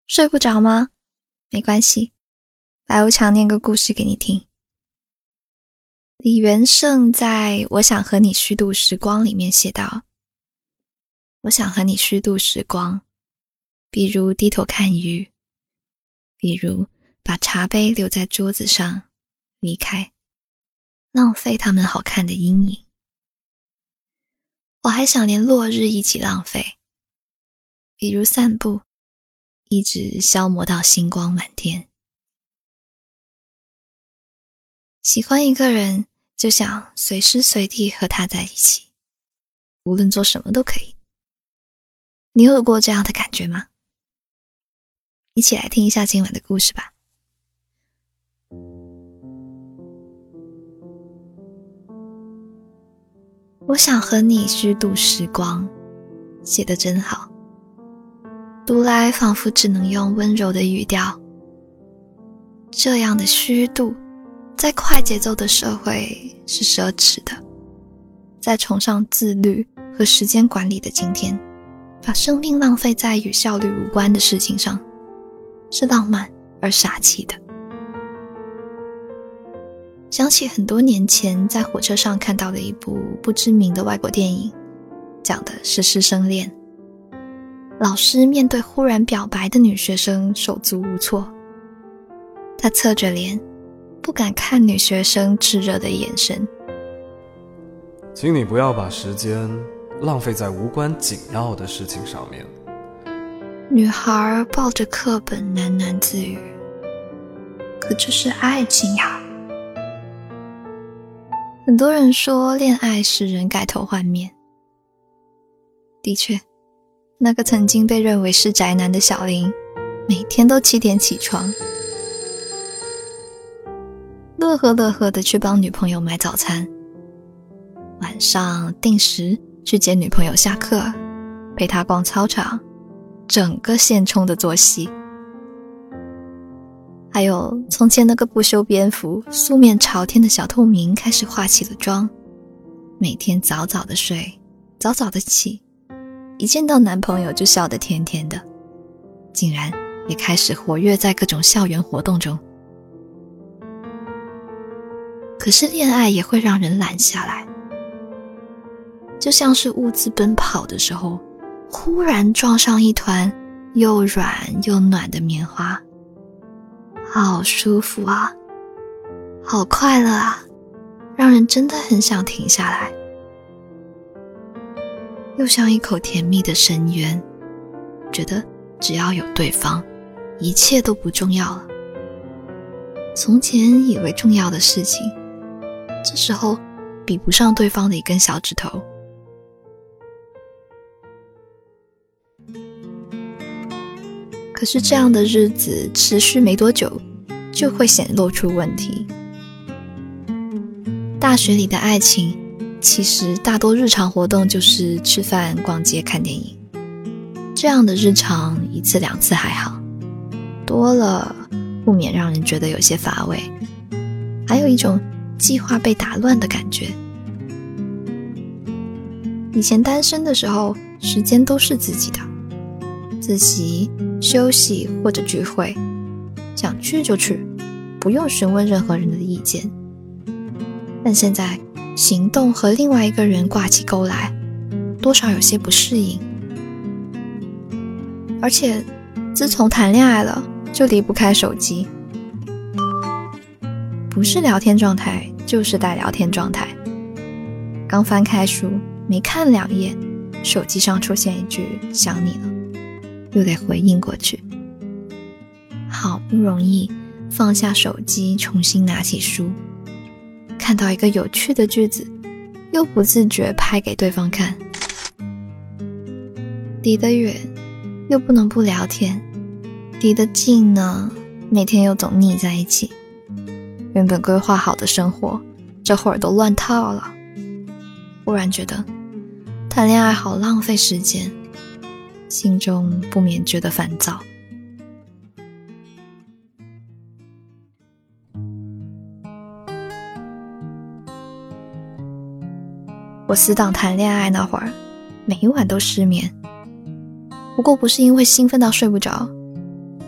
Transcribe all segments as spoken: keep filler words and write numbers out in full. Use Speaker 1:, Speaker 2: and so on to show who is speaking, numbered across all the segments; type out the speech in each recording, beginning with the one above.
Speaker 1: 睡不着吗？没关系，来我强念个故事给你听。李元胜在《我想和你虚度时光》里面写道，我想和你虚度时光，比如低头看鱼，比如把茶杯留在桌子上离开，浪费他们好看的阴影。我还想连落日一起浪费，比如散步，一直消磨到星光满天。喜欢一个人，就想随时随地和他在一起，无论做什么都可以。你有过这样的感觉吗？一起来听一下今晚的故事吧。我想和你虚度时光，写得真好。读来仿佛只能用温柔的语调。这样的虚度，在快节奏的社会是奢侈的。在崇尚自律和时间管理的今天，把生命浪费在与效率无关的事情上，是浪漫而傻气的。想起很多年前在火车上看到的一部不知名的外国电影，讲的是师生恋。老师面对忽然表白的女学生手足无措，他侧着脸，不敢看女学生炽热的眼神。
Speaker 2: 请你不要把时间浪费在无关紧要的事情上面。
Speaker 1: 女孩抱着课本喃喃自语，可这是爱情呀。很多人说恋爱使人改头换面，的确，那个曾经被认为是宅男的小林，每天都七点起床，乐呵乐呵地去帮女朋友买早餐，晚上定时去接女朋友下课，陪她逛操场，整个现充的作息。还有从前那个不修边幅素面朝天的小透明开始化起了妆，每天早早的睡，早早的起，一见到男朋友就笑得甜甜的，竟然也开始活跃在各种校园活动中。可是恋爱也会让人懒下来，就像是兀自奔跑的时候，忽然撞上一团又软又暖的棉花，好舒服啊，好快乐啊，让人真的很想停下来。又像一口甜蜜的深渊，觉得只要有对方，一切都不重要了。从前以为重要的事情，这时候比不上对方的一根小指头。可是这样的日子持续没多久，就会显露出问题。大学里的爱情，其实大多日常活动就是吃饭、逛街、看电影。这样的日常一次两次还好，多了不免让人觉得有些乏味，还有一种计划被打乱的感觉。以前单身的时候，时间都是自己的，自习、休息或者聚会，想去就去，不用询问任何人的意见。但现在行动和另外一个人挂起钩来，多少有些不适应。而且自从谈恋爱了，就离不开手机，不是聊天状态就是带聊天状态。刚翻开书没看两页，手机上出现一句想你了，又得回应过去。好不容易放下手机，重新拿起书，看到一个有趣的句子，又不自觉拍给对方看。离得远又不能不聊天，离得近呢，每天又总腻在一起。原本规划好的生活，这会儿都乱套了。忽然觉得谈恋爱好浪费时间，心中不免觉得烦躁。我死党谈恋爱那会儿，每一晚都失眠，不过不是因为兴奋到睡不着，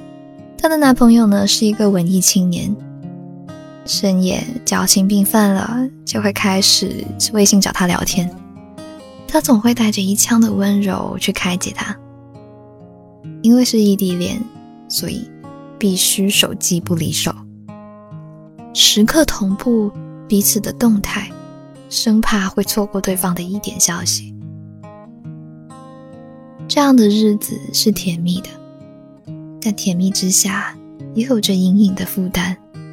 Speaker 1: 她的男朋友呢是一个文艺青年，深夜矫情病犯了，就会开始微信找她聊天，他总会带着一腔的温柔去开解他。因为是异地恋，所以必须手机不离手，时刻同步彼此的动态，生怕会错过对方的一点消息。这样的日子是甜蜜的，但甜蜜之下也有着隐隐的负担。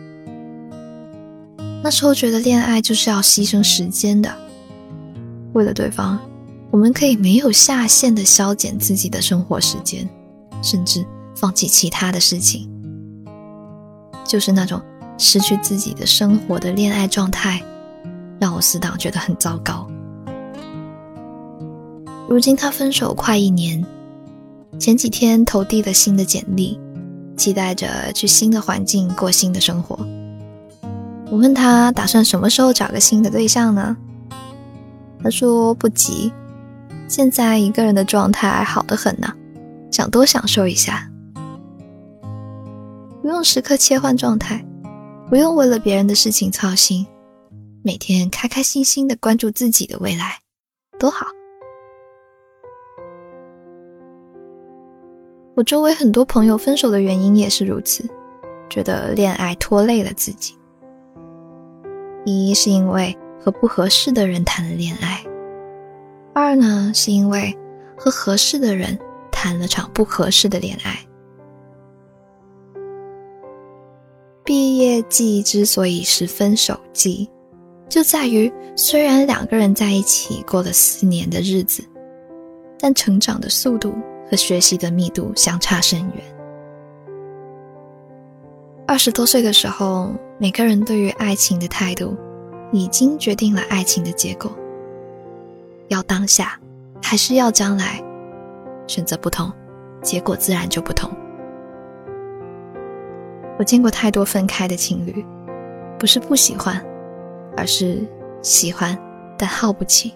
Speaker 1: 那时候觉得恋爱就是要牺牲时间的，为了对方，我们可以没有下限地削减自己的生活时间，甚至放弃其他的事情。就是那种失去自己的生活的恋爱状态，让我死党觉得很糟糕。如今他分手快一年，前几天投递了新的简历，期待着去新的环境过新的生活。我问他打算什么时候找个新的对象呢？他说不急，现在一个人的状态好得很呢，想多享受一下。不用时刻切换状态，不用为了别人的事情操心，每天开开心心地关注自己的未来，多好。我周围很多朋友分手的原因也是如此，觉得恋爱拖累了自己。一是因为和不合适的人谈了恋爱，二呢是因为和合适的人谈了场不合适的恋爱。毕业季之所以是分手季，就在于虽然两个人在一起过了四年的日子，但成长的速度和学习的密度相差甚远。二十多岁的时候，每个人对于爱情的态度已经决定了爱情的结果。要当下还是要将来，选择不同，结果自然就不同。我见过太多分开的情侣，不是不喜欢，而是喜欢但耗不起。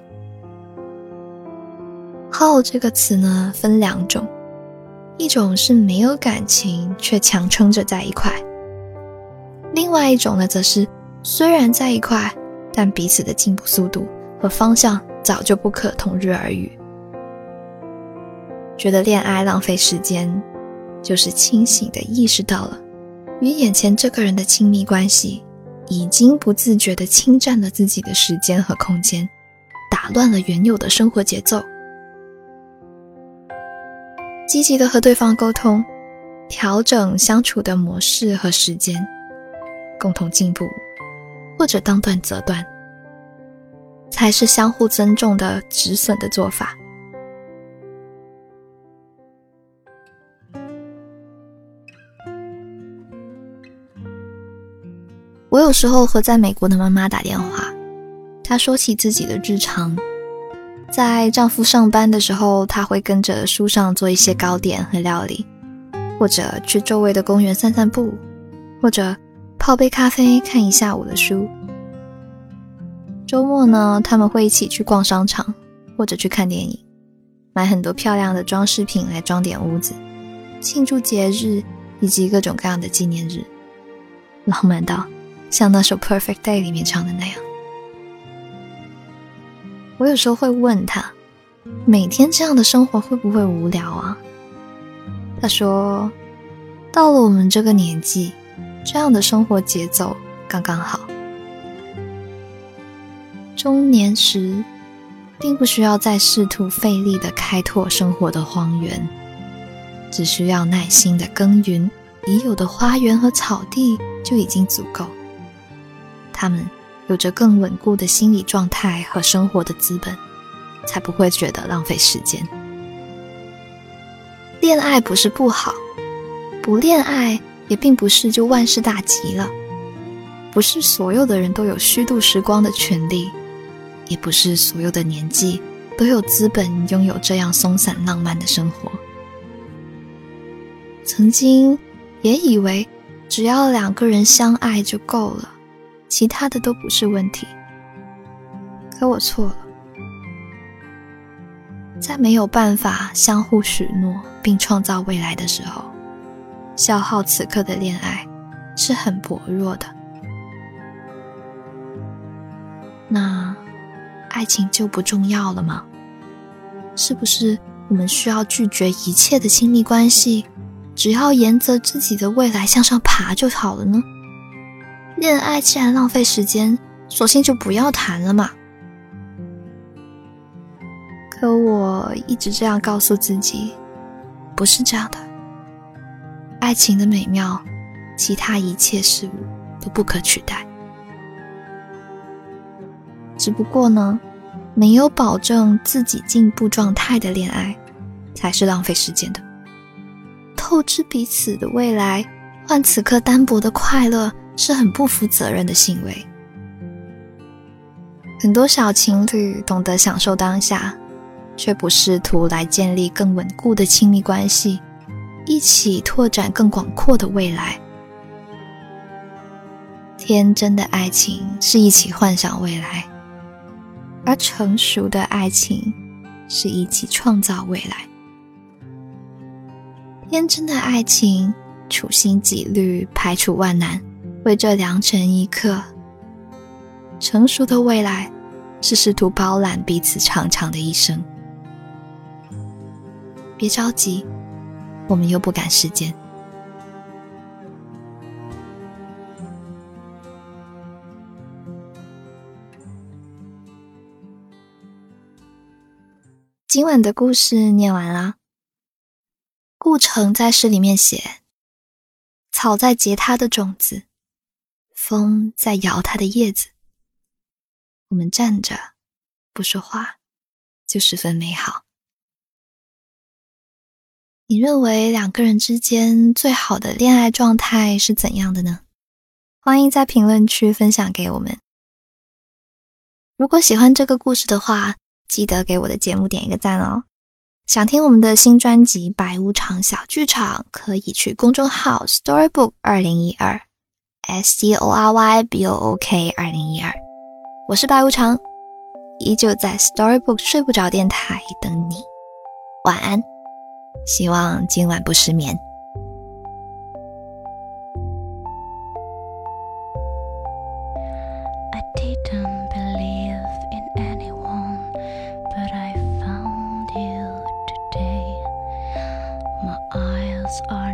Speaker 1: 耗这个词呢，分两种，一种是没有感情却强撑着在一块，另外一种呢，则是虽然在一块，但彼此的进步速度和方向早就不可同日而语。觉得恋爱浪费时间，就是清醒地意识到了与眼前这个人的亲密关系已经不自觉地侵占了自己的时间和空间，打乱了原有的生活节奏。积极地和对方沟通，调整相处的模式和时间，共同进步，或者当断则断，才是相互尊重的止损的做法。我有时候和在美国的妈妈打电话，她说起自己的日常。在丈夫上班的时候，她会跟着书上做一些糕点和料理，或者去周围的公园散散步，或者泡杯咖啡看一下午的书。周末呢，他们会一起去逛商场，或者去看电影，买很多漂亮的装饰品来装点屋子，庆祝节日以及各种各样的纪念日，浪漫到像那首 Perfect Day 里面唱的那样。我有时候会问他，每天这样的生活会不会无聊啊？他说，到了我们这个年纪，这样的生活节奏刚刚好。中年时，并不需要再试图费力地开拓生活的荒原，只需要耐心地耕耘已有的花园和草地就已经足够。他们有着更稳固的心理状态和生活的资本，才不会觉得浪费时间。恋爱不是不好，不恋爱也并不是就万事大吉了。不是所有的人都有虚度时光的权利，也不是所有的年纪都有资本拥有这样松散浪漫的生活。曾经也以为只要两个人相爱就够了，其他的都不是问题。可我错了，在没有办法相互许诺并创造未来的时候， 消耗此刻的恋爱是很薄弱的。那爱情就不重要了吗？是不是我们需要拒绝一切的亲密关系，只要沿着自己的未来向上爬就好了呢？恋爱既然浪费时间，索性就不要谈了嘛。可我一直这样告诉自己，不是这样的。爱情的美妙，其他一切事物都不可取代。只不过呢，没有保证自己进步状态的恋爱，才是浪费时间的。透支彼此的未来，换此刻单薄的快乐，是很不负责任的行为。很多小情侣懂得享受当下，却不试图来建立更稳固的亲密关系，一起拓展更广阔的未来。天真的爱情是一起幻想未来，而成熟的爱情是一起创造未来。天真的爱情处心积虑排除万难，为这良辰一刻。成熟的未来是试图包揽彼此长长的一生。别着急，我们又不赶时间。今晚的故事念完啦。顾城在诗里面写，草在结它的种子，风在摇它的叶子，我们站着不说话，就十分美好。你认为两个人之间最好的恋爱状态是怎样的呢？欢迎在评论区分享给我们。如果喜欢这个故事的话，记得给我的节目点一个赞哦。想听我们的新专辑《白无常小剧场》，可以去公众号 Storybook 二零一二 S T O R Y B O O K 二零一二。我是白无常，依旧在 Storybook 睡不着电台等你。晚安，希望今晚不失眠。
Speaker 3: I didn't believe in anyone, but I found you today. My eyes are